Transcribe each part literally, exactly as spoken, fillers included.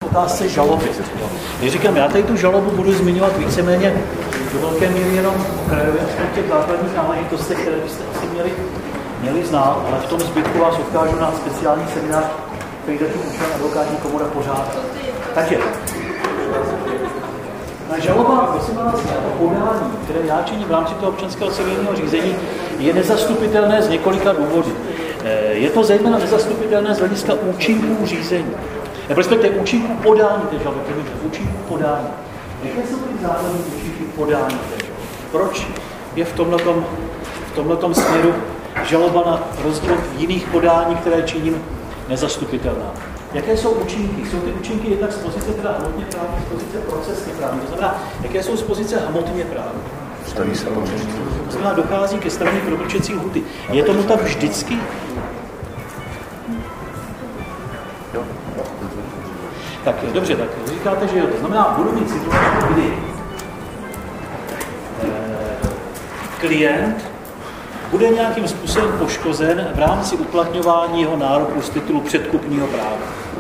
otázce žaloby. Když říkám, já tady tu žalobu budu zmiňovat víceméně do velké míry jenom okrajově v těch základních náležitostech, které byste asi měli, měli znát, ale v tom zbytku vás odkážu na speciální seminář, který zatím účelem advokátní komora pořád. Takže, žaloba, prosím vás, o podání, které já činím v rámci toho občanského civilního řízení, je nezastupitelné z několika důvodů. Je to zejména nezastupitelné z hlediska účinků řízení. Respektive účinků podání té žaloby, účinků podání. Jaké jsou ty základní účinky podání té žaloby? Proč je v tomhletom, v tomhletom směru žaloba na rozdíl od jiných podání, které činím, nezastupitelná? Jaké jsou účinky? Jsou ty účinky jednak z pozice teda hmotně právní, z pozice procesně právní. To znamená, jaké jsou z pozice hmotně právní? Staví se to znamená, dochází ke straně promlčecí lhůty. Je tomu tak vždycky? Jo. Tak dobře, tak říkáte, že jo. To znamená, budu mít situaci, kdy eh, klient bude nějakým způsobem poškozen v rámci uplatňování jeho nároku z titulu předkupního práva.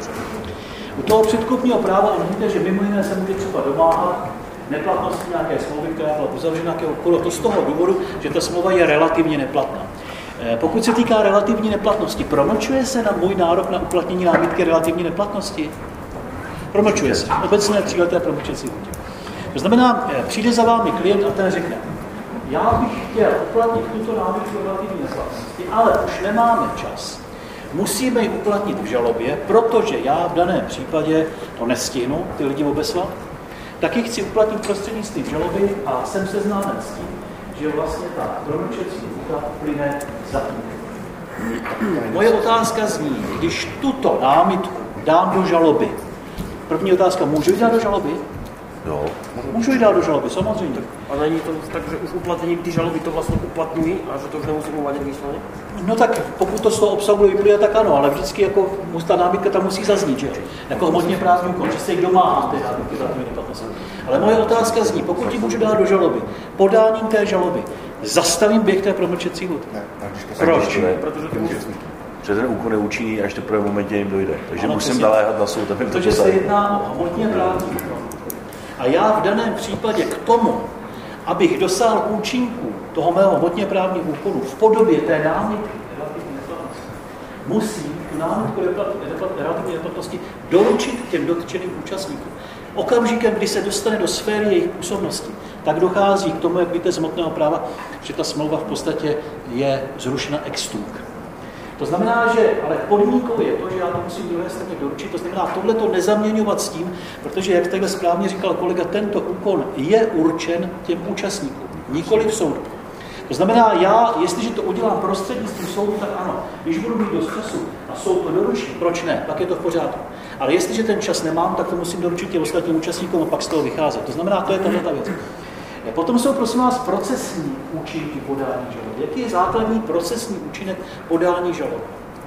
U toho předkupního práva on víte, že mimo jiné se může třeba domáhat neplatnosti nějaké smlouvy, která byla uzavřena nějakého obchodu, to z toho důvodu, že ta smlouva je relativně neplatná. Pokud se týká relativní neplatnosti, promlčuje se na můj nárok na uplatnění námitky relativní neplatnosti? Promlčuje se. Obecně tříleté promlčecí lhůtě. To znamená, přijde za vámi klient a ten řekne, já bych chtěl uplatnit tuto námitku relativní neplatnosti, ale už nemáme čas. Musíme ji uplatnit v žalobě, protože já v daném případě to nestihnu, ty lidi obeslat, tak ji chci uplatnit prostřednictvím žaloby a jsem seznámen s tím, že vlastně ta promlčecí lhůta plyne za tím. Moje otázka zní, když tuto námitku dám do žaloby, první otázka, můžu ji dát do žaloby? Jo. Můžu ji dát do žaloby, samozřejmě. A není to tak, že už uplatněním ty žaloby to vlastně uplatňují a že to už nemusím uvádět výslovně? No tak pokud to z toho obsahu vyplývá, tak ano, ale vždycky jako ta námitka tam musí zaznít, že jo? Jako hmotně právní úkon, že se jich domáhá té námitky relativní neplatnosti. Ale moje otázka zní, pokud ji můžu dát do žaloby, podáním té žaloby, zastavím běh té promlčecí lhůty. Ne, když to Proč? Ne, protože to protože ten úkon je účinný, až teprve v momentě jim dojde. Takže ano, musím naléhat na soud. Protože se jedná o hmotně právní úkon. A já v daném případě k tomu, abych dosáhl účinku toho mého hmotně právního úkonu v podobě té námitky relativní neplatnosti, musím tu námitku relativní neplatnosti doručit těm dotčeným účastníkům. Okamžikem, kdy se dostane do sféry jejich působnosti, tak dochází k tomu, jak víte z hmotného práva, že ta smlouva v podstatě je zrušena ex tunc. To znamená, že ale podmínkou je to, že já to musím druhé straně doručit, to znamená tohleto nezaměňovat s tím, protože, jak takhle správně říkal kolega, tento úkon je určen těm účastníkům, nikoli v soudu. To znamená, já, jestliže to udělám prostřednictvím soudu, tak ano, když budu mít dost času a soud to doručí, proč ne, pak je to v pořádku. Ale jestliže ten čas nemám, tak to musím doručit těm ostatním účastníkům a pak z toho vycházet. To znamená, to je tato věc. Potom jsou, prosím vás, procesní účinky podání žaloby. Jaký je základní procesní účinek podání žaloby?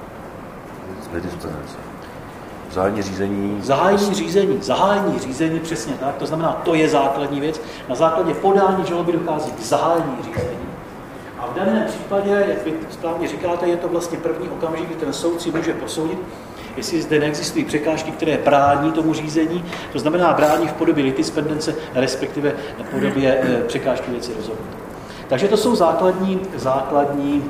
Zahájení řízení. Zahájení řízení. Zahájení řízení, přesně tak. To znamená, to je základní věc. Na základě podání žaloby dochází k zahájení řízení. A v daném případě, jak vy správně říkáte, je to vlastně první okamžik, kdy ten soud si může posoudit, jestli zde neexistují překážky, které brání tomu řízení, to znamená brání v podobě litispendence, respektive v podobě e, překážky věci rozhodnutí. Takže to jsou základní, základní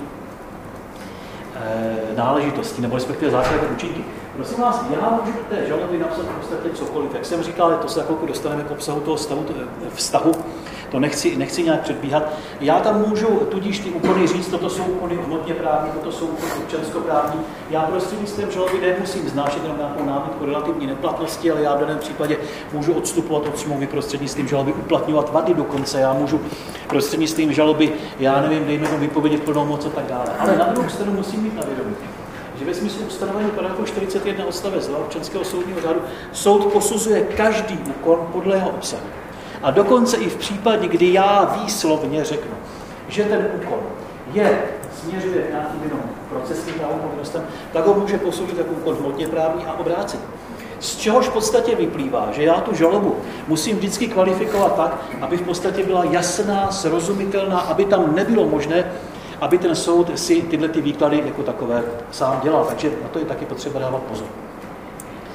e, náležitosti, nebo respektive základní účinky. Prosím vás, já můžu do té žaloby napsat v podstatě cokoliv. Jak jsem říkal, to se za chvilku dostaneme k obsahu toho stavu, vztahu, to nechci, nechci nějak předbíhat. Já tam můžu tudíž ty úkony říct, toto jsou úkony hmotně právní, toto jsou úkony občanskoprávní. Já prostřednictvím žaloby nemusím znášet jenom nějakou námitku relativní neplatnosti, ale já v daném případě můžu odstupovat od smlouvy prostřednictvím žaloby, uplatňovat vady dokonce. Já můžu prostřednictvím žaloby, já nevím, dejme tomu vypovědět plnou moc a tak dále. Ale na druhou stranu musím mít na vědomí, že ve smyslu ustanovení paragrafu čtyřicet jedna odstavec dva občanského soudního řádu soud posuzuje každý úkon podle jeho obsahu. A dokonce i v případě, kdy já výslovně řeknu, že ten úkon je, směřuje k nějakým jenom procesním právům povinnostem, tak ho může posoudit jako úkon hmotně právní a obráceně. Z čehož v podstatě vyplývá, že já tu žalobu musím vždycky kvalifikovat tak, aby v podstatě byla jasná, srozumitelná, aby tam nebylo možné, aby ten soud si tyhle ty výklady jako takové sám dělal. Takže na to je taky potřeba dávat pozor.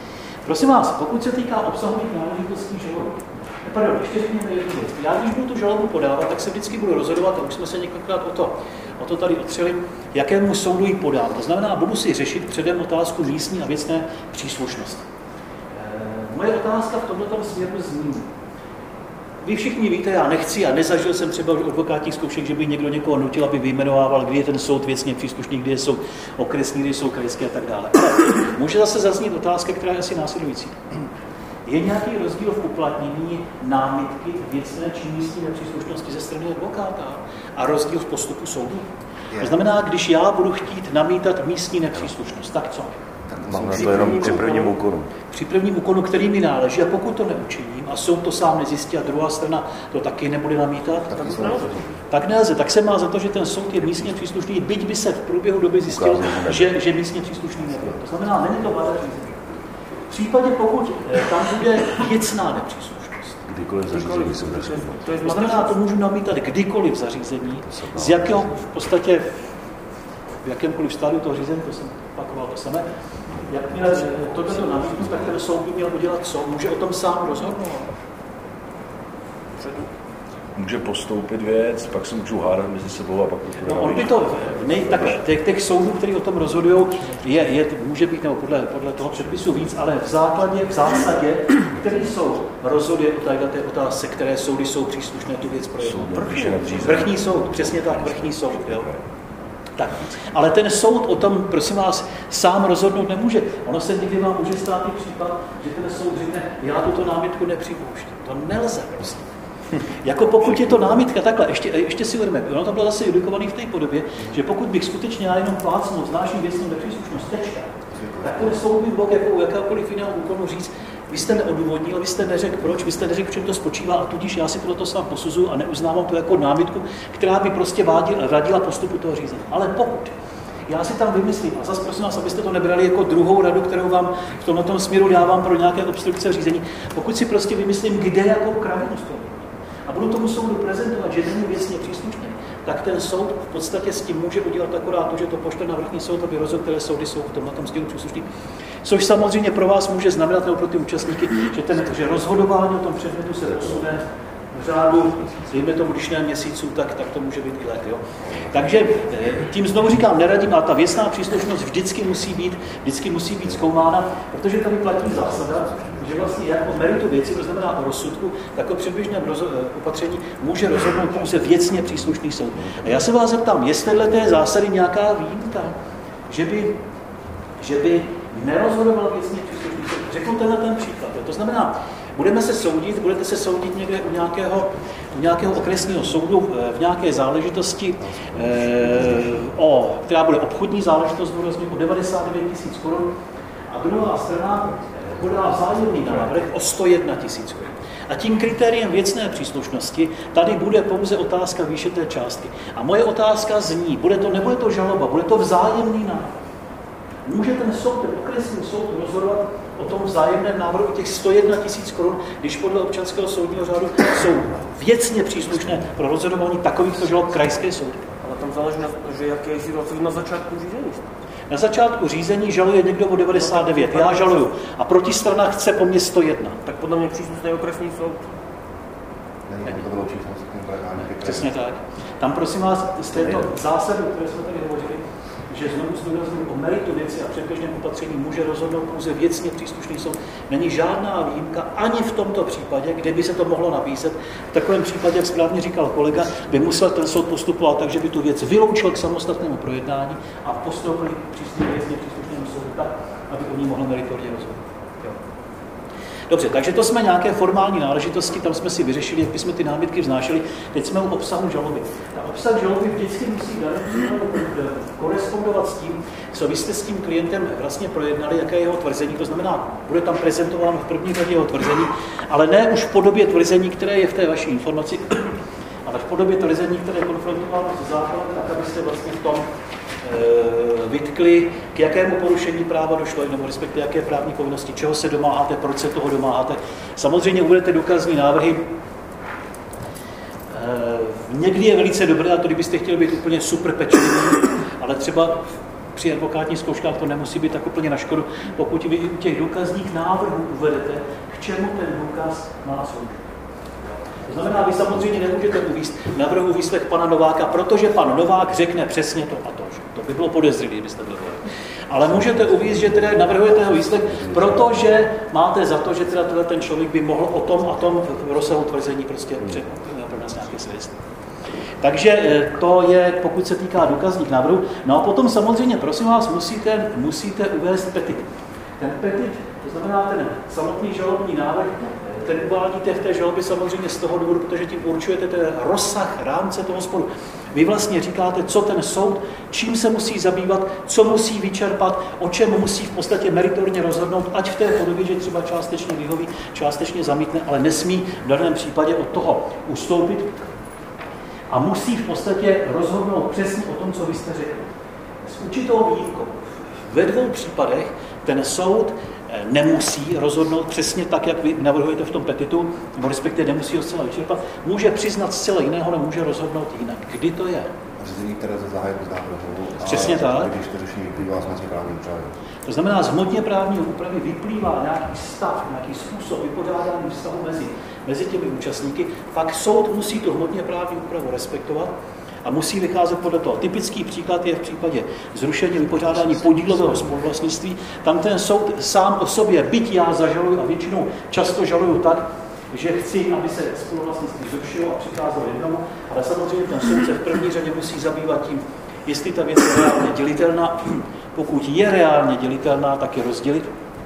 Prosím vás, pokud se týká obsahových náležitostí žaloby, pardon, ještě řekněme jednu věc. Já když budu tu žalobu podávat, tak se vždycky budu rozhodovat, a už jsme se několikrát o to, o to tady otřeli, jakému soudu ji podám. To znamená, budu si řešit předem otázku místní a věcné příslušnosti. E, moje otázka v tomto směru zní. Vy všichni víte, já nechci a nezažil jsem třeba už advokátních zkoušek, že by někdo někoho nutil, aby vyjmenovával, kdy je ten soud věcně příslušný, kdy jsou okresní, kdy jsou krajské a tak dále. Ale může zase zaznít otázka, která je asi následující. Je nějaký rozdíl v uplatnění námitky věcné či místní nepříslušnosti ze strany advokáta a rozdíl v postupu soudu? To znamená, když já budu chtít namítat místní nepříslušnost, tak co? Mám na to jenom při prvním úkonu. Při prvním úkonu, který mi náleží, a pokud to neučiním a soud to sám nezjistí a druhá strana to taky nebude namítat, tak, tak nelze. Tak se má za to, že ten soud je místně příslušný, byť by se v průběhu doby zjistil, že, že místně příslušný nebyl. To znamená, není to vada řízení. V případě, pokud tam bude věcná nepříslušnost. Kdykoliv zařízení jsem nepříslušný. To znamená, to můžu namítat kdykoliv zařízení, z jakého v podstatě v jakémkoliv stádiu toho řízení, to jsem opakoval to samé. Jakmile tohleto namítnu, tak ten soud by měl udělat co? Může o tom sám rozhodnout? Může postoupit věc, pak se můžou hádat mezi sebou a pak to no, on by to, nej, tak těch, těch soudů, který o tom rozhodují, je, je, může být nebo podle, podle toho předpisu víc, ale v základě, v zásadě, který soud rozhoduje o té otázce, které soudy jsou příslušné tu věc projednat. Vrchní soud, přesně tak, vrchní soud. Jo. Tak. Ale ten soud o tom, prosím vás, sám rozhodnout nemůže. Ono se někdy vám může stát i případ, že ten soud řekne, já tuto námitku nepřipouštím. To nelze prostě. Jako pokud je to námitka, takhle, ještě, ještě si uvědomíme, ono to bylo zase judikovaný v té podobě, že pokud bych skutečně já jenom plácnul znáším věcnou nepříslušnost, tečka, tak ten soud by mohl jako u jakéhokoliv jiného úkonu říct, vy jste neodůvodnil, vy jste neřekl proč, vy jste neřekl, v čem to spočívá, a tudíž já si tohleto sám posuzuju a neuznávám to jako námitku, která by prostě vádila, radila postupu toho řízení. Ale pokud já si tam vymyslím, a zase prosím vás, abyste to nebrali jako druhou radu, kterou vám v tomto směru dávám pro nějaké obstrukce řízení, pokud si prostě vymyslím, kde jakou kravinu toho a budu tomu soudu prezentovat, že není věcně příslušný, tak ten soud v podstatě s tím může udělat akorát to, že to pošle na vrchní soud, aby rozhodl, které soudy jsou v tomhle stěhu příslušný. Což samozřejmě pro vás může znamenat, nebo pro ty účastníky, že, ten, že rozhodování o tom předmětu se posune v řádu, dejme tomu, když ne měsíců, tak, tak to může být i let. Jo? Takže tím znovu říkám, neradím, ale ta věcná příslušnost vždycky musí být, vždycky musí být zkoumána, protože tady platí zásada, že vlastně jako meritu věci, to znamená o rozsudku, tak o předběžném opatření může rozhodnout pouze věcně příslušný soud. A já se vás zeptám, je z této zásady nějaká výjimka, že by, že by nerozhodoval věcně příslušný soud? Řeknu tenhle ten příklad. To znamená, budeme se soudit, budete se soudit někde u nějakého, u nějakého okresního soudu v nějaké záležitosti, eh, o, která bude obchodní záležitost, o devadesát devět tisíc korun, a druhá strana podá vzájemný návrh o sto jedna tisíc korun. A tím kritériem věcné příslušnosti tady bude pouze otázka výše té částky. A moje otázka zní, bude to, nebude to žaloba, bude to vzájemný návrh. Může ten soud, ten okresní soud rozhodovat o tom vzájemném návrhu těch sto jedna tisíc korun, když podle občanského soudního řádu jsou věcně příslušné pro rozhodování takovýchto žalob krajské soudy. Ale tam záleží na to, že jaké je situace na začátku řízení. Na začátku řízení žaluje někdo o devadesát devět, já žaluju. A protistrana chce po mně sto jedna. Tak podle mě příslušný okresní soud. Přesně tak. Tam prosím vás z této zásady, které jsme tady hovořili, že znovu zdůrazňuji o meritu věci a předběžném opatření může rozhodnout pouze věcně příslušný soud. Není žádná výjimka ani v tomto případě, kde by se to mohlo nabízet. V takovém případě, jak správně říkal kolega, by musel ten soud postupovat tak, že by tu věc vyloučil k samostatnému projednání a postoupil k věcně příslušnému soudu tak, aby o ní mohl meritorně rozhodnout. Dobře, takže to jsme nějaké formální náležitosti, tam jsme si vyřešili, jak bychom ty námitky vznášeli. Teď jsme u obsahu žaloby. Ta obsah žaloby vždycky musí korespondovat s tím, co vy jste s tím klientem vlastně projednali, jaké je jeho tvrzení. To znamená, bude tam prezentováno v první řadě jeho tvrzení, ale ne už v podobě tvrzení, které je v té vaší informaci, ale v podobě tvrzení, které je konfrontováno se zákonem, tak abyste vlastně v tom vytkli, k jakému porušení práva došlo, nebo respektive jaké právní povinnosti, čeho se domáháte, proč se toho domáháte. Samozřejmě uvedete důkazní návrhy. Někdy je velice dobré, a to kdybyste chtěli být úplně super pečlivý, ale třeba při advokátních zkouškách to nemusí být tak úplně na škodu, pokud vy u těch důkazních návrhů uvedete, k čemu ten důkaz má sloužit. To znamená, vy samozřejmě nemůžete uvést návrhu výslech pana Nováka, protože pan Novák řekne přesně to a to. Že? To by bylo podezřelé, kdybyste to dělali. Ale můžete uvést, že teda navrhujete jeho výslech, protože máte za to, že teda ten člověk by mohl o tom a tom v rozsahu tvrzení prostě pronést nějaké svědectví. Takže to je, pokud se týká důkazních návrhů. No a potom samozřejmě, prosím vás, musíte, musíte uvést petit. Ten petit, to znamená ten samotný žalobní návrh, ten uvádíte v té žalobě samozřejmě z toho důvodu, protože tím určujete ten rozsah rámce toho sporu. Vy vlastně říkáte, co ten soud, čím se musí zabývat, co musí vyčerpat, o čem musí v podstatě meritorně rozhodnout, ať v té podobě, že třeba částečně vyhoví, částečně zamítne, ale nesmí v daném případě od toho ustoupit a musí v podstatě rozhodnout přesně o tom, co vy jste řekli. S určitou výjimkou. Ve dvou případech ten soud nemusí rozhodnout přesně tak, jak vy navrhujete v tom petitu, nebo respektive nemusí ho zcela vyčerpat, může přiznat zcela jiného, ale může rozhodnout jinak. Kdy to je? Řízení, které se zahájí bez návrhu. Přesně tak. Když to řešení vyplývá z hmotně právní úpravy. To znamená, z hmotně právní úpravy vyplývá nějaký stav, nějaký způsob vypořádání vztahu mezi, mezi těmi účastníky, pak soud musí tu hmotně právní úpravu respektovat a musí vycházet podle toho. Typický příklad je v případě zrušení vypořádání podílového spoluvlastnictví. Tam ten soud sám o sobě, byť já zažaluju a většinou často žaluju tak, že chci, aby se spoluvlastnictví zrušilo a přicházelo jednomu, ale samozřejmě ten soud se v první řadě musí zabývat tím, jestli ta věc je reálně dělitelná. Pokud je reálně dělitelná, tak je rozdělit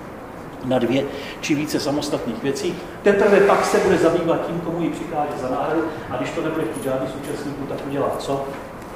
na dvě či více samostatných věcí. Teprve pak se bude zabývat tím, komu ji přikáže za náhradu, a když to nebude chtít žádný z účastníků, tak udělá co?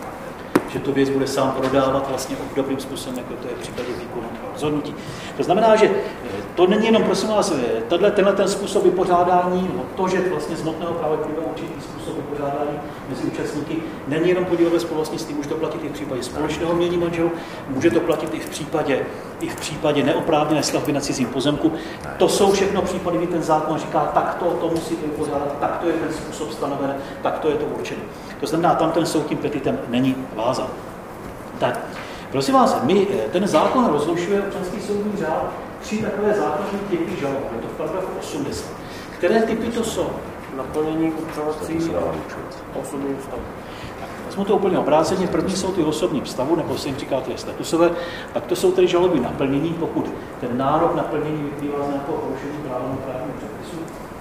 Že tu věc bude sám prodávat vlastně obdobným způsobem, jako to je v případě výkonu rozhodnutí. To znamená, že to není jenom, prosím vás, tenhle, tenhle ten způsob vypořádání, no to, že vlastně z hmotného práva vyplývá určitý způsob vypořádání mezi účastníky, není jenom podílové spoluvlastnictví, může to platit i v případě společného mění manželů, může to platit i v případě, i v případě neoprávněné stavby na cizím pozemku. To jsou všechno případy, kdy ten zákon říká, tak to, to musíte vypořádat, tak to je ten způsob stanoven, tak to je to určené. To znamená, tam ten soud tím petitem není vázan. Tak, prosím vás, my, ten zákon rozlišuje občanský soudní řád tři takové základní typy žalob. Je to v paragrafu osmdesát. Které typy to jsou? Naplnění určovací a osobní stavu. Vezmu to úplně obráceně. První jsou ty osobní stavu, nebo se jim říká ty statusové, tak to jsou tedy žaloby naplnění, pokud ten nárok naplnění vyplývá z nějakého porušení právního právního předpisu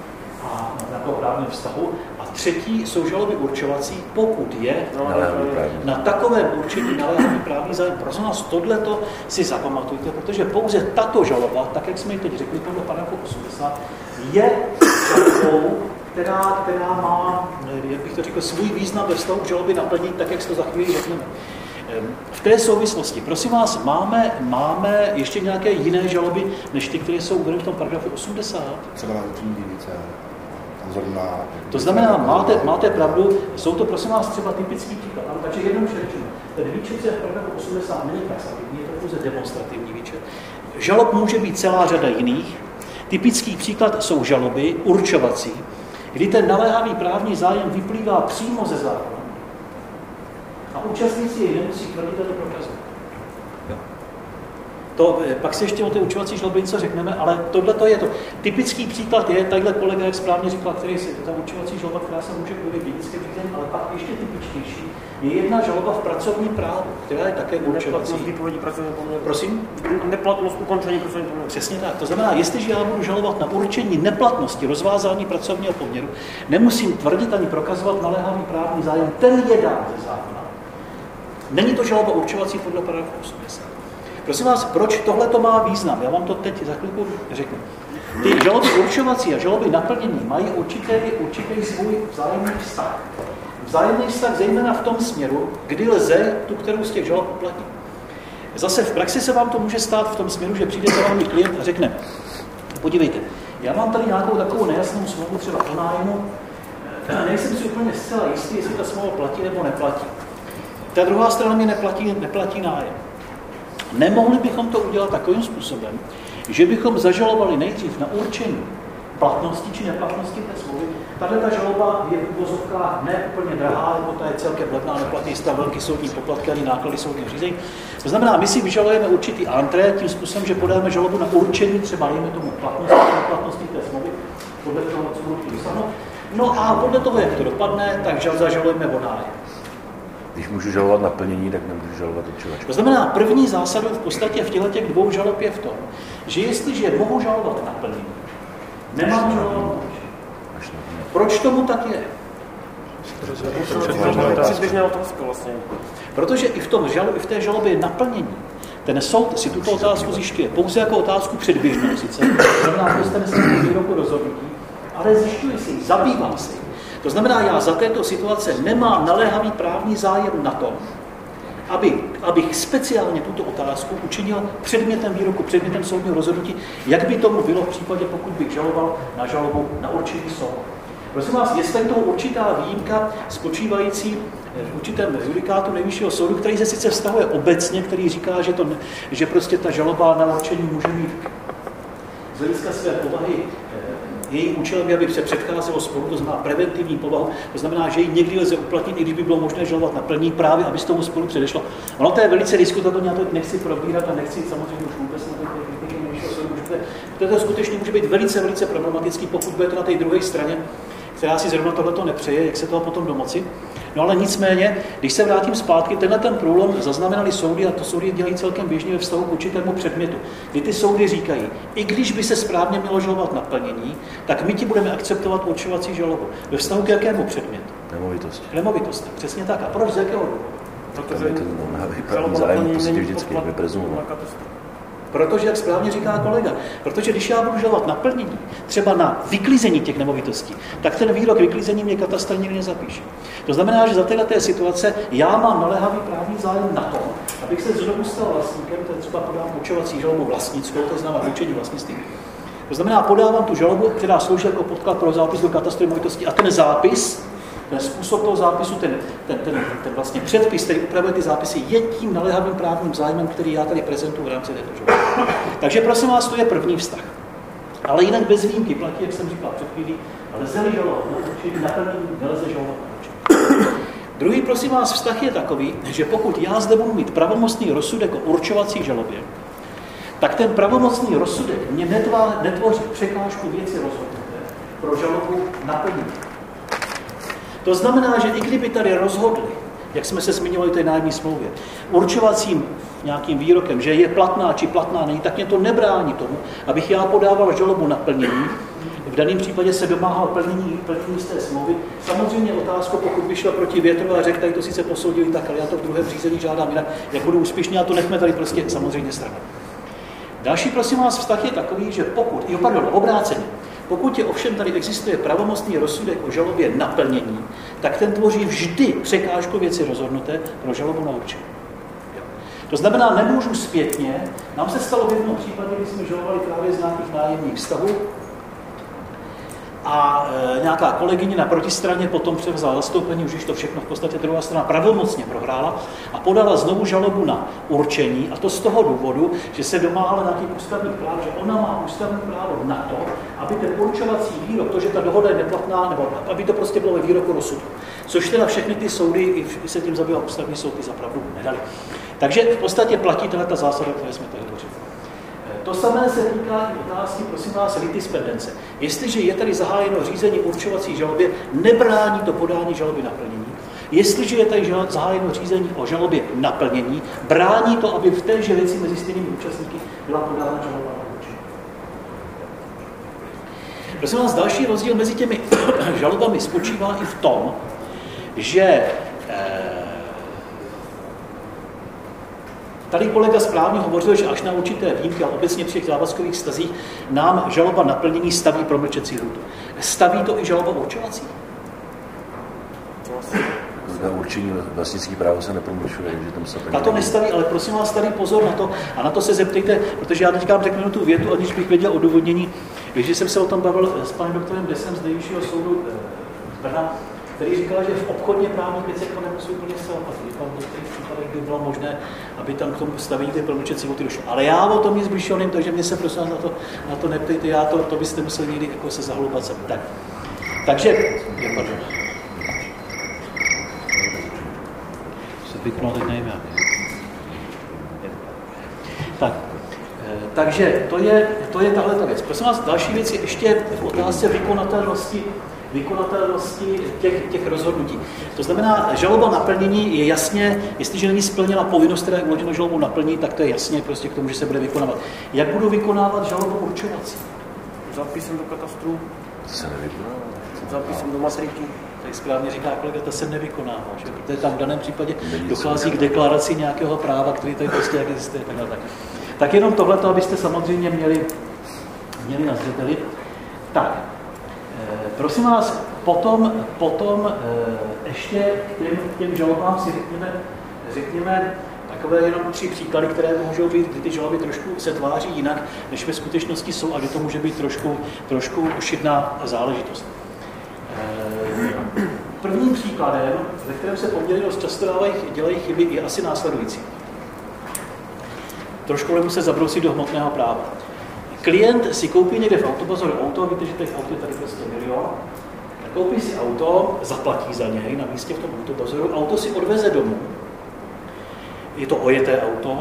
a na nějakého právního vztahu. A třetí jsou žaloby určovací, pokud je na takovém určení naléhavý právní zájem. Prosím vás, tohleto si zapamatujte, protože pouze tato žaloba, tak jak jsme ji teď řekli podle paragrafu osmdesát, je žalobou, která, která má, jak bych to řekl, svůj význam ve vztahu k žaloby naplnění, tak jak si to za chvíli řekneme. V té souvislosti, prosím vás, máme, máme ještě nějaké jiné žaloby, než ty, které jsou uvedeny v tom paragrafu osmdesát? Třeba na určení dědice. Na... To znamená, máte, máte pravdu, jsou to, prosím vás, třeba typický příklad. Takže jednoduše řečeno, ten výčet se v paragrafu osmdesát není taxativní, je to pouze demonstrativní výčet. Žalob může být celá řada jiných. Typický příklad jsou žaloby určovací, kdy ten naléhavý právní zájem vyplývá přímo ze zákona a účastníci jej nemusí tvrdit a to prokazovat. To, pak si ještě o té určovací žalobě něco řekneme, ale tohle to je to. Typický příklad je, takhle kolega, jak správně říkal, který si ta určovací žaloba, která se může projevit v dědickém řízení, ale pak ještě typičtější je jedna žaloba v pracovním právu, která je také určovací. Neplatnost výpovědi pracovního poměru. Prosím? Neplatnost ukončení pracovního poměru. Přesně tak. To znamená, jestliže já budu žalovat na určení neplatnosti, rozvázání pracovního poměru, nemusím tvrdit ani prokazovat naléhavý právní zájem, ten je dán ze zákona. Není to žaloba určovací podle paragrafu osmdesát. Prosím vás, proč tohle to má význam? Já vám to teď za chvilku řeknu. Ty žaloby určovací a žaloby naplnění mají určitý, určitý svůj vzájemný vztah. Vzájemný vztah zejména v tom směru, kdy lze tu, kterou z těch žalob uplatnit. Zase v praxi se vám to může stát v tom směru, že přijde za vámi klient a řekne, podívejte, já mám tady nějakou takovou nejasnou smlouvu třeba o nájmu, nejsem si úplně zcela jistý, jestli ta smlouva platí nebo neplatí. Ta druhá strana mi neplatí, neplatí nájem. Nemohli bychom to udělat takovým způsobem, že bychom zažalovali nejdřív na určení platnosti či neplatnosti té smlouvy. Tahle ta žaloba je v uvozovkách ne úplně drahá, nebo ta je celkem levná, neplatí stav velký soudní poplatky ani náklady soudního řízení. To znamená, my si vyžalujeme určitý antré tím způsobem, že podáme žalobu na určení třeba dejme tomu platnosti, neplatnosti té smlouvy, podle toho, co budu dosáhnout. No a podle toho, jak to dopadne, tak zažalujeme o nájem. Když můžu žalovat naplnění, tak nemůžu žalovat určovačku. To znamená, první zásadou v podstatě v těchto těch dvou žalob je v tom, že jestliže mohu žalovat naplnění, nemám žalovat určení. Proč tomu tak je? Předběžná otázka vlastně. Protože i v, tom žalo, i v té žalobě naplnění ten soud si tuto otázku zjišťuje pouze jako otázku předběžnou sice, znamená, že jste si výroku rozhodnutí, ale zjišťuje si, zabývá si. To znamená, já za této situace nemám naléhavý právní zájem na tom, aby, abych speciálně tuto otázku učinil předmětem výroku, předmětem soudního rozhodnutí, jak by tomu bylo v případě, pokud bych žaloval na žalobu na určitý soud. Prosím vás, je zde toho určitá výjimka spočívající v určitém judikátu Nejvyššího soudu, který se sice vztahuje obecně, který říká, že, to, že prostě ta žaloba na určení může mít z hlediska své povahy její účelem, aby se předcházelo sporu, to znamená preventivní povahu, to znamená, že ji někdy lze uplatnit, i když by bylo možné žalovat na plní, právě aby z tomu sporu předešlo. Ono to je velice diskutabilní, já to nechci probírat a nechci samozřejmě už vůbec na té kritiky Nejvyššího soudu, protože to skutečně může být velice, velice problematický, pokud budete na té druhé straně, která si zrovna tohleto nepřeje, jak se toho potom domoci. No ale nicméně, když se vrátím zpátky, tenhle ten průlom zaznamenali soudy, a to soudy dělají celkem běžně ve vztahu k určitému předmětu, kdy ty soudy říkají, i když by se správně mělo žalovat naplnění, tak my ti budeme akceptovat určovací žalobu. Ve vztahu k jakému předmětu? Nemovitosti. Nemovitosti, přesně tak. A proč, z jakého důvodu? Protože právní zájem prostě vždycky vyprezumovat. Protože, jak správně říká kolega, protože když já budu žalovat naplnění, třeba na vyklízení těch nemovitostí, tak ten výrok vyklízení mě katastr nikdy nezapíše. To znamená, že za této situace já mám naléhavý právní zájem na tom, abych se znovu stal vlastníkem, to je třeba podám určovací žalobu vlastnickou, to znamená určení vlastnictví. To znamená, podávám tu žalobu, která slouží jako podklad pro zápis do katastru nemovitostí, a ten zápis, ten způsob toho zápisu, ten, ten, ten, ten vlastně předpis, který upravuje ty zápisy, je tím naléhavým právním zájmem, který já tady prezentuji v rámci této žaloby. Takže prosím vás, to je první vztah. Ale jinak bez výjimky platí, jak jsem říkal před chvílí, lze-li žalovat na určení naplnění, nelze žalovat na určení. Druhý, prosím vás, vztah je takový, že pokud já zde budu mít pravomocný rozsudek o určovací žalobě, tak ten pravomocný rozsudek mě netvá, netvoří překážku věci rozhodnuté pro žalobu naplnění. To znamená, že i kdyby tady rozhodli, jak jsme se zmiňovali v té nájemní smlouvě, určovacím nějakým výrokem, že je platná či platná není, tak mě to nebrání tomu, abych já podával žalobu na plnění. V daném případě se domáhal plnění, plnění z té smlouvy. Samozřejmě otázku, pokud by šla proti větru a řekl, tady to sice posoudili tak, ale já to v druhém řízení žádám jinak, jak budu úspěšný, a to nechme tady prostě samozřejmě stranou. Další, prosím vás, vztah je takový, že pokud, jo, pardon, obráceně, pokud je ovšem tady existuje pravomocný rozsudek o žalobě na plnění, tak ten tvoří vždy překážku věci rozhodnuté pro žalobu na určení. To znamená, nemůžu zpětně, nám se stalo v jednom případě, kdy jsme žalovali právě z nějakých nájemních vztahů a e, nějaká kolegyně na protistraně potom převzala zastoupení, už to všechno v podstatě druhá strana pravomocně prohrála a podala znovu žalobu na určení, a to z toho důvodu, že se domáhala nějakých ústavních práv, že ona má ústavní právo na to, aby ten určovací výrok, to, že ta dohoda je neplatná, nebo aby to prostě bylo ve výroku rozsudku. Což teda všechny ty soudy, i se tím zabýval ústavní soud, ty zapravdu nedali. Takže v podstatě platí tato zásada, které jsme tady hovořili. To samé se týká i otázky, prosím vás, litis pendence. Jestliže je tady zahájeno řízení určovací žalobě, nebrání to podání žaloby na plnění. Jestliže je tady zahájeno řízení o žalobě na plnění, brání to, aby v téže věci mezi stejnými účastníky byla podána žaloba na určení. Prosím vás, další rozdíl mezi těmi žalobami spočívá i v tom, že tady kolega správně hovořil, že až na určité výjimky a obecně při těch závazkových vztazích nám žaloba naplnění staví promlčecí lhůtu. Staví to i žaloba určovací? Na určení vlastnický právo se nepromlčuje, že tam se Ta to nestaví, ale prosím vás tady pozor na to a na to se zeptejte, protože já teďka řeknu tu větu, aniž bych věděl odůvodnění. Když jsem se o tom bavil s panem doktorem Desem z Nejvyššího soudu z Brna, který říkal, že v obchodně právních věcech to nemusí úplně zcela platit. Tam v některých případech by bylo možné, aby tam k tomu stavění té promlčecí lhůty došlo. Ale já o tom nic bližšího nevím, takže mě se prosím vás na to, na to neptejte, já to, to byste museli někdy jako se zahloubat sem. Tak. Takže, je, pardon. Se vypnul, teď nevím jak. Tak. Takže to je, to je tahle ta věc. Prosím vás, další věc je ještě v otázce vykonatelnosti, vykonatelnosti těch, těch rozhodnutí. To znamená, žaloba naplnění je jasně, jestliže není splněna povinnost, která je uložena žalobou naplní, tak to je jasně prostě k tomu, že se bude vykonávat. Jak budu vykonávat žalobu určovací? Zápisem do katastru. To se nevykonává. Zápisem do matriky. Tady správně říká kolega, to se nevykonává, že? Protože tam v daném případě dochází k deklaraci nějakého práva, který tady prostě existuje. Tak, tak. tak jenom tohleto, abyste samozřejmě měli, měli na zřeteli. Tak, e, prosím vás, potom, potom e, ještě k těm, k těm žalobám si řekněme, řekněme takové jenom tři příklady, které můžou být, kdy ty žaloby trošku se tváří jinak, než ve skutečnosti jsou a kdy to může být trošku, trošku ošidná záležitost. Prvním příkladem, ve kterém se poměrně dost často dávají, dělají chyby, je asi následující. Trošku budeme se zabrousit do hmotného práva. Klient si koupí někde v autobazaru auto, víte, že těch aut je tady prostě milion, koupí si auto, zaplatí za něj na místě v tom autobazaru, auto si odveze domů, je to ojeté auto,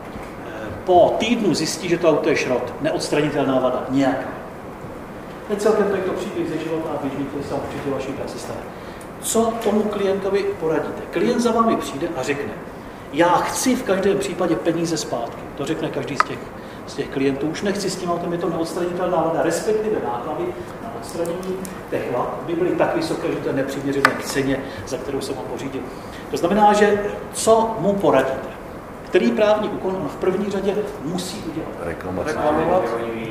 po týdnu zjistí, že to auto je šrot, neodstranitelná vada, nějaká. Je celkem to příběh ze života a běžný, který se určitě vaší práci stane. Co tomu klientovi poradíte? Klient za vámi přijde a řekne, já chci v každém případě peníze zpátky. To řekne každý z těch, z těch klientů. Už nechci s tím autem, je to neodstranitelná vada, respektive náklady na odstranění těch vad by byly tak vysoké, že to je nepřiměřené k ceně, za kterou jsem ho pořídil. To znamená, že co mu poradíte? Který právní úkon on v první řadě musí udělat? Reklamovat. Reklamovat.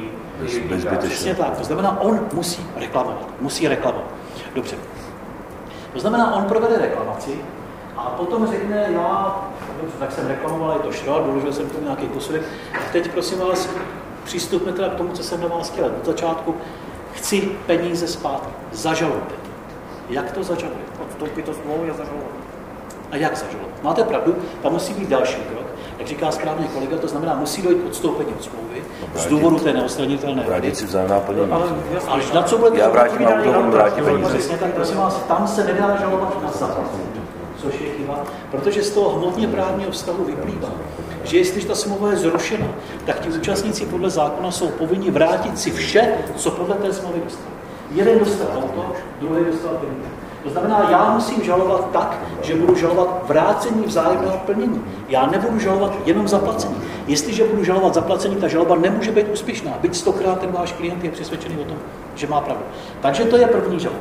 Přesně tak. To znamená, on musí reklamovat. Musí reklamovat. Dobře. To znamená, on provede reklamaci a potom řekne, já, dobře, tak jsem reklamoval, je to šrot, doložil jsem tomu nějaký posudek. A teď prosím vás, přistupme teda k tomu, co jsem na vás chtěl od začátku. Chci peníze zpátky. Zažalujte to. Jak to zažalujete? Odstoupit to smlouvu a zažalovat. A jak zažalovat? Máte pravdu, tam musí být další krok. Jak říká správně kolega, to znamená, musí dojít k odstoupení od smlouvy z důvodu té neodstranitelné vady. Vrátit si vzájemná plnění. Až na co budete Já vrátím auto, on vrátí peníze. Přesně tak, prosím vás, tam se nedá žalovat na zaplacení, což je chyba, protože z toho hmotně právního vztahu vyplývá, že jestliže ta smlouva je zrušena, tak ti účastníci podle zákona jsou povinni vrátit si vše, co podle té smlouvy dostali. Jeden dostal auto, druhý dostal peníze. To znamená, já musím žalovat tak, že budu žalovat vrácení vzájemného plnění. Já nebudu žalovat jenom zaplacení. Jestliže budu žalovat zaplacení, ta žaloba nemůže být úspěšná, byť stokrát ten váš klient je přesvědčený o tom, že má pravdu. Takže to je první žaloba.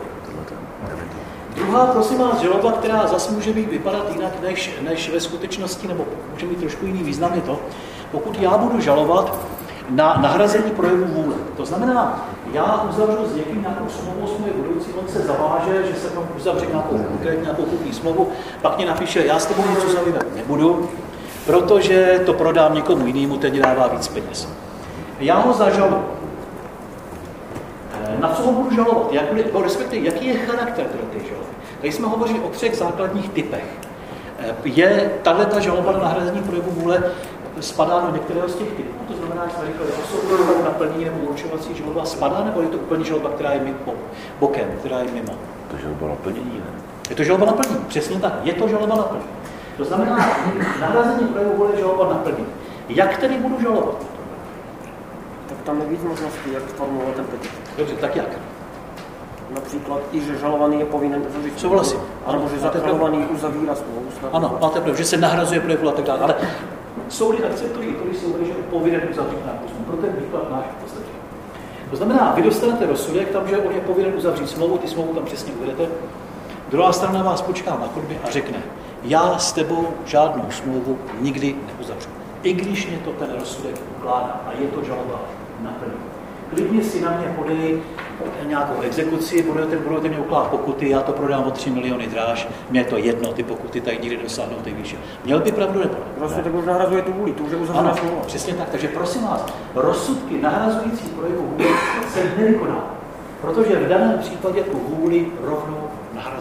Druhá, prosím vás, žaloba, která zase může být vypadat jinak než, než ve skutečnosti, nebo může mít trošku jiný význam, je to, pokud já budu žalovat na nahrazení projevu vůle. To znamená, já uzavřu s někým nějakou smlouvu s mojí budoucí, on se zaváže, že se tam uzavře nějakou konkrétní nějakou kupní smlouvu, pak mě napíše, já s tebou nic uzavírat nebudu, protože to prodám někomu jinému, ten dává víc peněz. Já ho zažaluji. Na co ho budu žalovat? Jak, respektive, jaký je charakter té žaloby? Tady jsme hovořili o třech základních typech. Je tato žaloba na nahrazení projevu vůle spadá do některého z těch typů, to znamená, že jsme říkali, osobnou naplnění nebo určovací žaloba spadá, nebo je to úplně žaloba, která je mimo, bokem, která je mimo? To žaloba naplnění, ne? Je to žaloba naplnění, přesně tak, je to žaloba naplnění. To znamená, nahrazení projevu vůle je žaloba naplnění. Jak tedy budu žalovat? Tak tam je víc možností, jak formulovat ten petit. Dobře, tak jak? Například i, že žalovaný je povinen uzavřít. Souhlasím. Ano, že žalovaný uzavírá smlouvu. Ano, máte pravdu, že se nahrazuje projevu a tak dále. Ale soudy akceptují to, když soudy, že je povinen uzavřít nějakou smlouvu. Pro ten výklad náš v podstatě. To znamená, vy dostanete rozsudek tam, že on je povinen uzavřít smlouvu, ty smlouvu tam přesně uvedete. Druhá strana vás počká na chodbě a řekne, já s tebou žádnou smlouvu nikdy neuzavřu. I když mě to ten rozsudek ukládá a je to žaloba naplnění. Klidně si na mě podej nějakou exekuci, budete, budete mě ukládat pokuty, já to prodám o tři miliony dráž, mě je to jedno, ty pokuty tady nikdy dosáhnou ty výše. Měl by pravdu nebo ne? Rozsudek už nahrazuje tu vůli, tu už je uzavřená smlouva. Přesně tak, takže prosím vás, rozsudky nahrazující projevu vůli se nevykoná, protože v daném případě tu vůli rovnou nahrazují.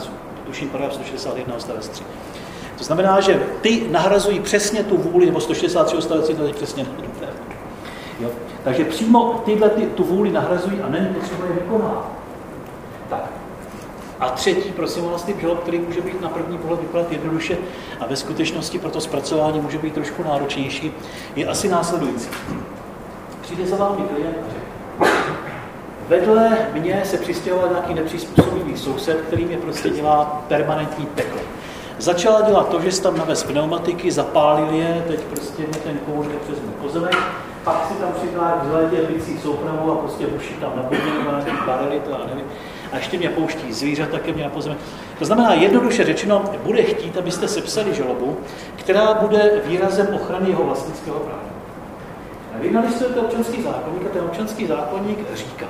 tuším paragraf sto šedesát jedna odstavec tři. To znamená, že ty nahrazují přesně tu vůli, nebo sto šedesát tři odstavec tři, to je přesně jo. Takže přímo tyhle ty, tu vůli nahrazují a není potřeba je vykonávat. Tak. A třetí, prosím vás, typ žalob, který může být na první pohled vypadat jednoduše a ve skutečnosti pro to zpracování může být trošku náročnější, je asi následující. Přijde za vámi klient a řekne, vedle mě se přistěhoval nějaký nepřizpůsobivý soused, který mě prostě dělá permanentní peklo. Začala dělat to, že si tam navez pneumatiky, zapálil je, teď prostě mě ten kouř jde přes můj pozemek, pak si tam přitáhl v zhledě bicí soupravu a prostě buší tam na podměnu, na nějaký barely, to já nevím. A ještě mě pouští zvířata ke mně na pozemek. To znamená, jednoduše řečeno, bude chtít, abyste sepsali žalobu, která bude výrazem ochrany jeho vlastnického práva. Vy nalistujete občanský zákoník a ten občanský zákoník říká,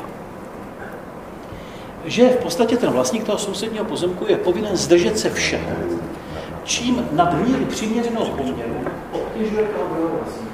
že v podstatě ten vlastník toho sousedního pozemku je povinen zdržet se všeho, čím nadmíru přiměřeného poměru obtěžuje právo vlastníka.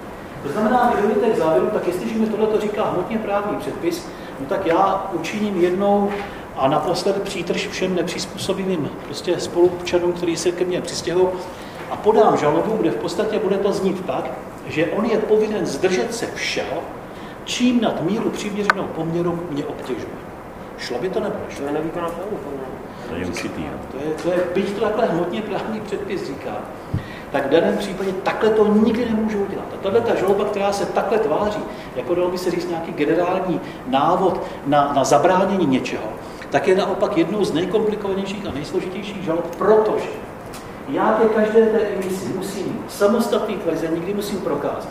To znamená, vy dojete k závěru, tak jestliže mi tohle říká hmotně právní předpis, no tak já učiním jednou a naposled přítrž všem nepřizpůsobivým prostě spoluobčanům, kteří se ke mně přistěhují, a podám žalobu, kde v podstatě bude to znít tak, že on je povinen zdržet se všeho, čím nad míru přiměřeného poměru mě obtěžuje. Šlo by to nebo nešlo? To je nevykonatelné. To je určitý. To je, to je, byť to takhle hmotně právní předpis říká, tak v daném případě takhle to nikdy nemůžu udělat. A tahle ta žaloba, která se takhle tváří, jako dalo by se říct nějaký generální návod na, na zabránění něčeho, tak je naopak jednou z nejkomplikovanějších a nejsložitějších žalob, protože já ke každé té emisi musím samostatný tvrzení, kdy musím prokázat,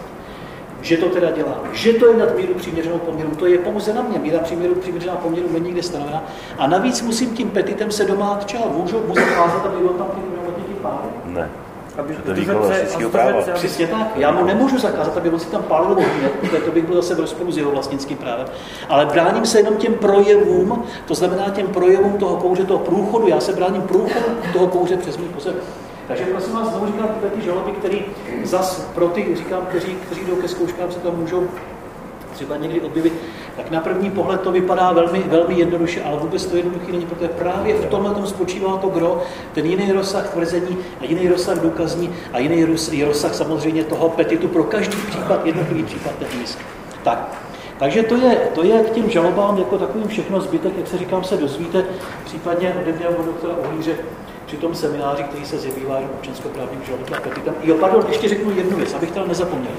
že to teda dělám, že to je nad míru přiměřenou poměru, to je pouze na mě, míra přiměru přiměřená poměru není nikde stanovena. A navíc musím tím petitem se domát čeho, můžu mu zakázat, aby on tam ty pneumatiky pálil? Ne. Aby to je výkon vlastnického práva. Přesně tak. Já mu nemůžu zakázat, aby on si tam pálil ohně, protože to bych byl zase v rozporu s jeho vlastnickým právem. Ale bráním se jenom těm projevům, to znamená těm projevům toho kouře, toho průchodu. Já se bráním průchodu toho kouře přes můj pozemek. Takže prosím vás, znovu říkám tyhle ty žaloby, které zas pro ty, říkám, kteří, kteří jdou ke zkouškám, se tam můžou třeba někdy objevit, tak na první pohled to vypadá velmi, velmi jednoduše, ale vůbec to jednoduché není, protože právě v tomhle tom spočívá to gro, ten jiný rozsah tvrzení a jiný rozsah důkazní a jiný rozsah samozřejmě toho petitu pro každý případ, jednotlivý případ té emise. Tak. Takže to je, to je k těm žalobám jako takovým všechno zbytek, jak se říkám, se dozvíte, případně ode mě od doktora Uhlíře při tom semináři, který se zabývá občanskoprávním žalobou a petitem. Jo, pardon, ještě řeknu jednu věc, abych teda nezapomněl.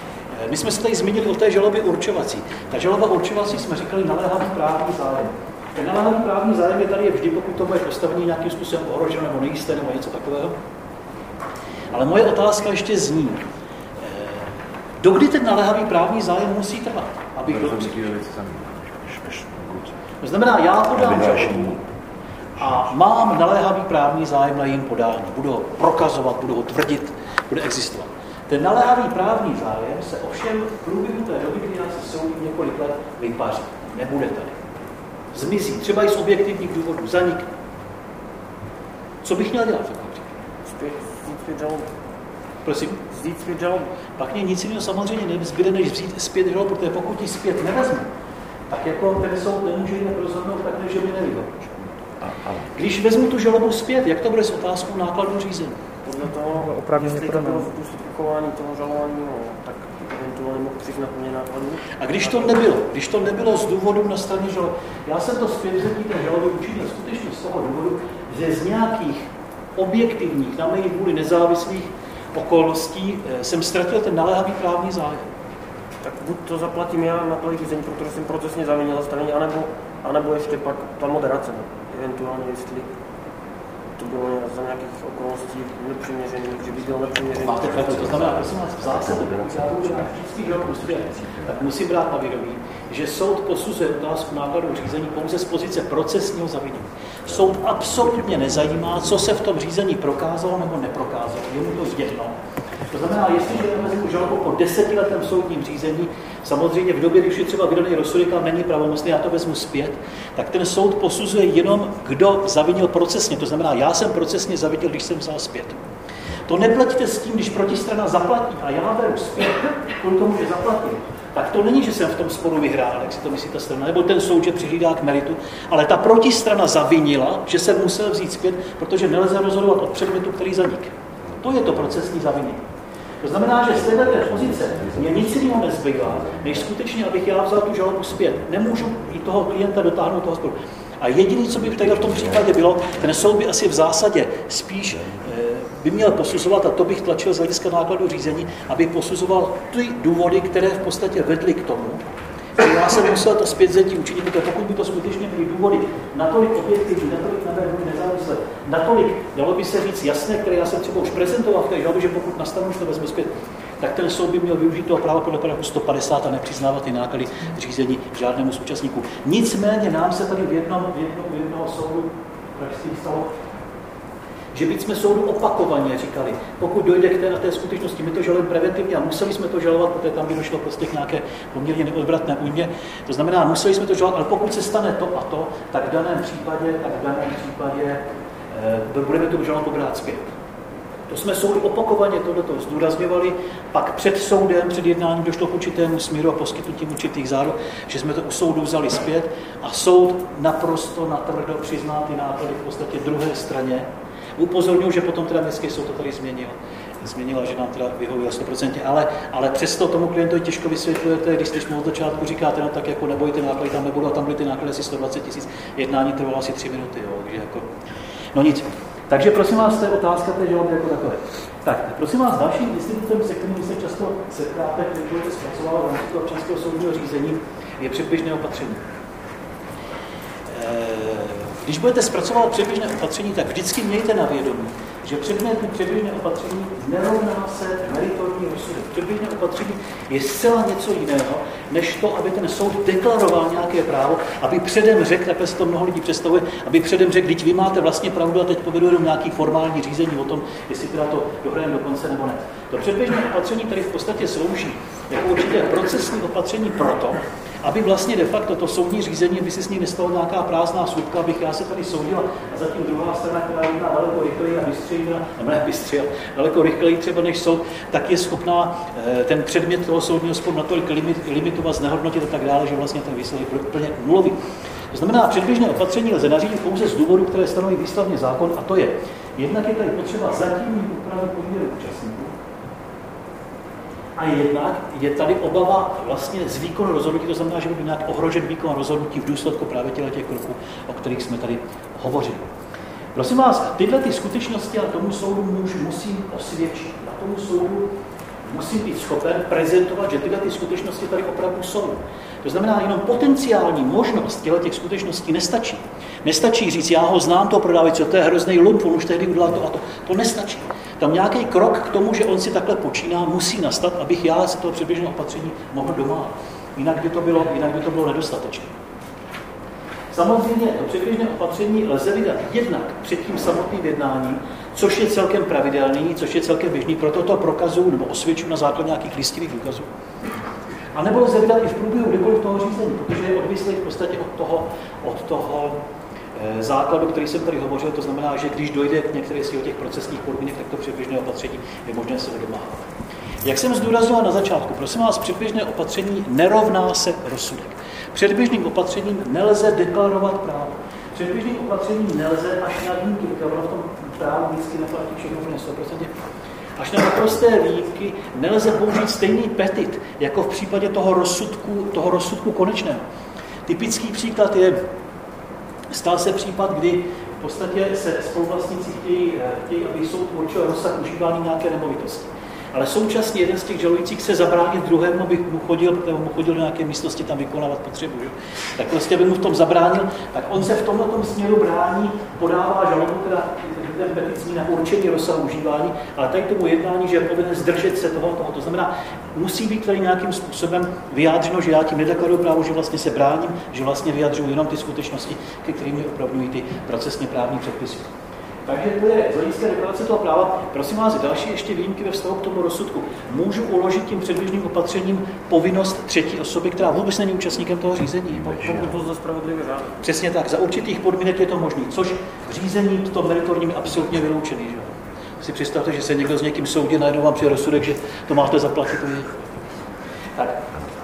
My jsme se tady zmínili o té žalobě určovací. Ta žaloba určovací jsme říkali naléhavý právní zájem. Ten naléhavý právní zájem je tady je vždy, pokud to bude postavení nějakým způsobem ohroženo nebo nejisté nebo něco takového. Ale moje otázka ještě zní, dokdy ten naléhavý právní zájem musí trvat? Abych to To znamená, já podám žalobu a mám naléhavý právní zájem na jejím podání. Budu ho prokazovat, budu ho tvrdit, bude existovat. Ten naléhavý právní zájem se ovšem v průběhu té doby, kdy nás se soudí několik let, vypaří. Nebude tady. Zmizí. Třeba i z objektivních důvodů. Zanikne. Co bych měl dělat v takovém případě? Zpět žalobu. Prosím? Vzít zpět žalobu. Pak mě nic jiného samozřejmě nezbyde, než vzít zpět žalobu, protože pokud ji zpět nevezmu, tak jako ten soud nemůže jinak rozhodnout, tak než mi nevyhovuje. Když vezmu tu žalobu zpět, jak to bude s otázkou nákladů řízení? Podle toho, jestli to bylo v důsledku chování toho žalování, no, tak eventuálně mohl přiznat mě nákladů. A když to nebylo, když to nebylo z důvodu na straně žaloby, já jsem to zpětvzetí té žaloby učinil skutečně z toho důvodu, že z nějakých objektivních, na mé vůli nezávislých okolností jsem ztratil ten naléhavý právní zájem. Tak buď to zaplatím já na to řízení, protože jsem procesně zavinil straně, anebo, anebo ještě pak ta moderace, eventuálně jestli to bylo za nějakých okolností nepřiměřený, že by bylo nepřiměřený. Máte pravdu, to znamená, prosím vás, v zásadě, pokud já budu na vždycky žalobu zpět, tak musím brát na vědomí, že soud posuzuje otázku nákladů řízení pouze z pozice procesního zavinění. Soud absolutně nezajímá, co se v tom řízení prokázalo nebo neprokázalo. Je mu to jedno. To znamená, jestliže vezmu žalobu po desetiletém soudním řízení, samozřejmě v době, když je třeba vydaný rozsudek a není pravomocný, já to vezmu zpět, tak ten soud posuzuje jenom, kdo zavinil procesně. To znamená, já jsem procesně zavinil, když jsem vzal zpět. To nepleťte s tím, když protistrana zaplatí a já beru zpět, kvůli tomu, že zaplatím, tak to není, že jsem v tom sporu vyhrál, jak si to myslí ta strana, nebo ten soud, že přihlídá k meritu, ale ta protistrana zavinila, že jsem musel vzít zpět, protože nelze rozhodovat od předmětu, který zanik. To je to procesní zavinění. To znamená, že z této pozice mě nic jiného nezbývá, než skutečně, abych já vzal tu žalobu zpět. Nemůžu i toho klienta dotáhnout toho sporu. A jediné, co by v tom případě bylo, ten soud by asi v zásadě spíš by měl posuzovat, a to bych tlačil z hlediska nákladu řízení, aby posuzoval ty důvody, které v podstatě vedly k tomu, že já jsem musel to zpětvzetí učinit, protože pokud by to skutečně byly důvody natolik objektivní, natolik navrhují nezávisle, natolik, dalo by se říct jasné, které já jsem třeba už prezentoval v té žalobě, že pokud nastanu, už to vezme zpět, tak ten soud by měl využít toho práva podle paragrafu sto padesát a nepřiznávat ty náklady řízení žádnému z účastníků. Nicméně nám se tady v jednom, v jednom, v jednom soudu pražských stalo, že byť jsme soudu opakovaně říkali, pokud dojde k té, té skutečnosti, my to žalujeme preventivně a museli jsme to žalovat, protože tam by došlo prostě k nějaké poměrně neodvratné újmě. To znamená, museli jsme to žalovat, ale pokud se stane to a to, tak v daném případě, tak v daném případě e, budeme tu žalobu brát zpět. To jsme soudy opakovaně tohleto zdůrazňovali, pak před soudem, před jednáním došlo k určitému směru a poskytnutím určitých záruk, že jsme to u soudu vzali zpět a soud naprosto natvrdo přizná ty náklady v podstatě druhé straně. Upozorňuji, že potom teda městský soud to tady změnil. Změnila, že nám teda vyhovuje sto procent, ale, ale přesto tomu klientovi těžko vysvětlujete, když jste mu od začátku říkáte, no tak jako nebojte, náklady tam nebudou, a tam byly ty náklady asi sto dvacet tisíc, jednání trvalo asi tři minuty, jo, takže jako, no nic. Takže prosím vás, to je otázka té žaloby jako takové. Tak, prosím vás, dalším institutem, se kterým se často setkáte, když budete zpracovat v rámci toho občanského soudního řízení, je předběžné opatření. Když budete zpracovat předběžné opatření, tak vždycky mějte na vědomí, že předmětný předběžné opatření nerovná se meritorní rozsudek. Předběžné opatření je zcela něco jiného, než to, aby ten soud deklaroval nějaké právo, aby předem řekl, takhle se to mnoho lidí představuje, aby předem řekl, když vy máte vlastně pravdu a teď povedu jenom nějaký formální řízení o tom, jestli teda to dohrajeme do konce nebo ne. To předběžné opatření tady v podstatě slouží jako určité procesní opatření proto, aby vlastně de facto to soudní řízení, aby se s ní nestalo nějaká prázdná slupka, abych já se tady soudila a zatím druhá strana, která je daleko rychleji a bystřeji, nebo ne bystřeji, daleko rychleji třeba než soud, tak je schopná ten předmět toho soudního sporu natolik limit, limitovat, znehodnotit a tak dále, že vlastně ten výsledek bude úplně nulový. To znamená, předběžné opatření lze nařídit pouze z důvodu, které stanoví výslovně zákon, a to je, jednak je tady potřeba zatímní úpravy poměru účastníků, a jednak je tady obava vlastně z výkonu rozhodnutí, to znamená, že by byl nějak ohrožen výkon rozhodnutí v důsledku právě těch kroků, o kterých jsme tady hovořili. Prosím vás, tyhle ty skutečnosti a tomu soudu můžu, musím osvědčit. A tomu soudu musím být schopen prezentovat, že tyhle ty skutečnosti tady opravdu jsou. To znamená, jenom potenciální možnost těch skutečností nestačí. Nestačí říct, já ho znám, toho prodávajícího, to je hrozný lump, on už tehdy udělal to a to. To nestačí. Tam nějaký krok k tomu, že on si takhle počíná, musí nastat, abych já se toho předběžného opatření mohl domáhat. Jinak by to bylo, jinak by to bylo nedostatečné. Samozřejmě to předběžné opatření lze vydat jednak před tím samotným jednáním, což je celkem pravidelný, což je celkem běžný, proto to prokazuju nebo osvědčuju na základě nějakých listinných důkazů. A nebo lze vydat i v průběhu kdykoliv toho řízení, protože je odvislý v podstatě od toho, od toho e, základu, který jsem tady hovořil, to znamená, že když dojde k některé z těch procesních podmínek, tak to předběžné opatření je možné se domáhat. Jak jsem zdůrazňoval na začátku, prosím vás, předběžné opatření nerovná se rozsudek. Předběžným opatřením nelze deklarovat právo. Předběžným opatřením nelze až na výjimky, protože ono v tom právu vždycky neplatí všechno v sto procent. Až na naprosté výjimky nelze použít stejný petit, jako v případě toho rozsudku, toho rozsudku konečného. Typický příklad je, stal se případ, kdy v podstatě se spoluvlastníci chtějí, chtějí aby soud určil rozsah užívání nějaké nemovitosti. Ale současně jeden z těch žalujících se zabránit druhému, aby mu chodil, protože mu chodil do nějaké místnosti tam vykonávat potřebu. Že? Tak prostě by mu v tom zabránil, tak on se v tomto směru brání, podává žalobu, teda ten petiční na určení rozsahu užívání, ale tady tomu jednání, že je povinen zdržet se toho, toho. To znamená, musí být tady nějakým způsobem vyjádřeno, že já tím nedeklaruju právo, že vlastně se bráním, že vlastně vyjadřuju jenom ty skutečnosti, ke kterým mě opravňují ty procesně právní předpisy. Takže to je z hlediska deklarace toho práva. Prosím vás, další ještě výjimky ve vztahu k tomu rozsudku. Můžu uložit tím předběžným opatřením povinnost třetí osoby, která vůbec není účastníkem toho řízení. Pokud to za spravedlivě řád. Přesně tak, za určitých podmínek je to možné, což v řízení v tom meritorním je absolutně vyloučený. Že? Si představte, že se někdo s někým soudí, najednou vám přijde rozsudek, že to máte zaplatit. Tak.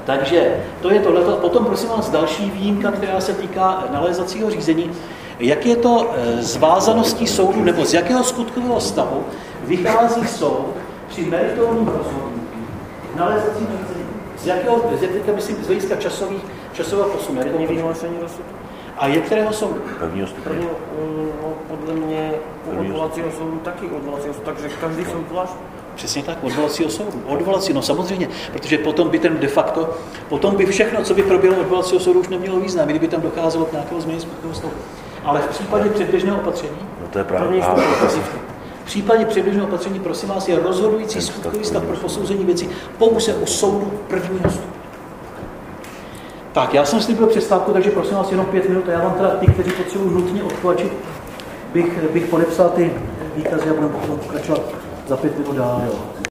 Takže to je tohleto. Potom prosím vás další výjimka, která se týká nalézacího řízení. Jak je to s vázaností soudu, nebo z jakého skutkového stavu vychází soud při meritorním rozhodnutí v nalézacím řízení? Z jakého, z jakého myslím, z hlediska časových, časového posunu? První vyhlášení rozsudku. A je kterého soudu? Prvního stupně. První, no, podle mě u odvolacího soudu taky odvolacího soudu, takže každý soud zvlášť. Přesně tak, odvolacího soudu. Odvolací, no samozřejmě, protože potom by ten de facto, potom by všechno, co by proběhlo odvolacího soudu, už nemělo význam, kdyby tam docházelo k nějakého změny skutkového stavu. Ale v případě předběžného opatření, No to je právě. První A, v případě předběžného opatření, prosím vás, je rozhodující skutkový stav pro posouzení věcí pouze u soudu prvního stupně. Tak, já jsem slíbil přestávku, takže prosím vás jenom pět minut a já vám teda ty, kteří potřebují nutně odtlačit, bych, bych podepsal ty výkazy a budeme potom pokračovat za pět minut dál.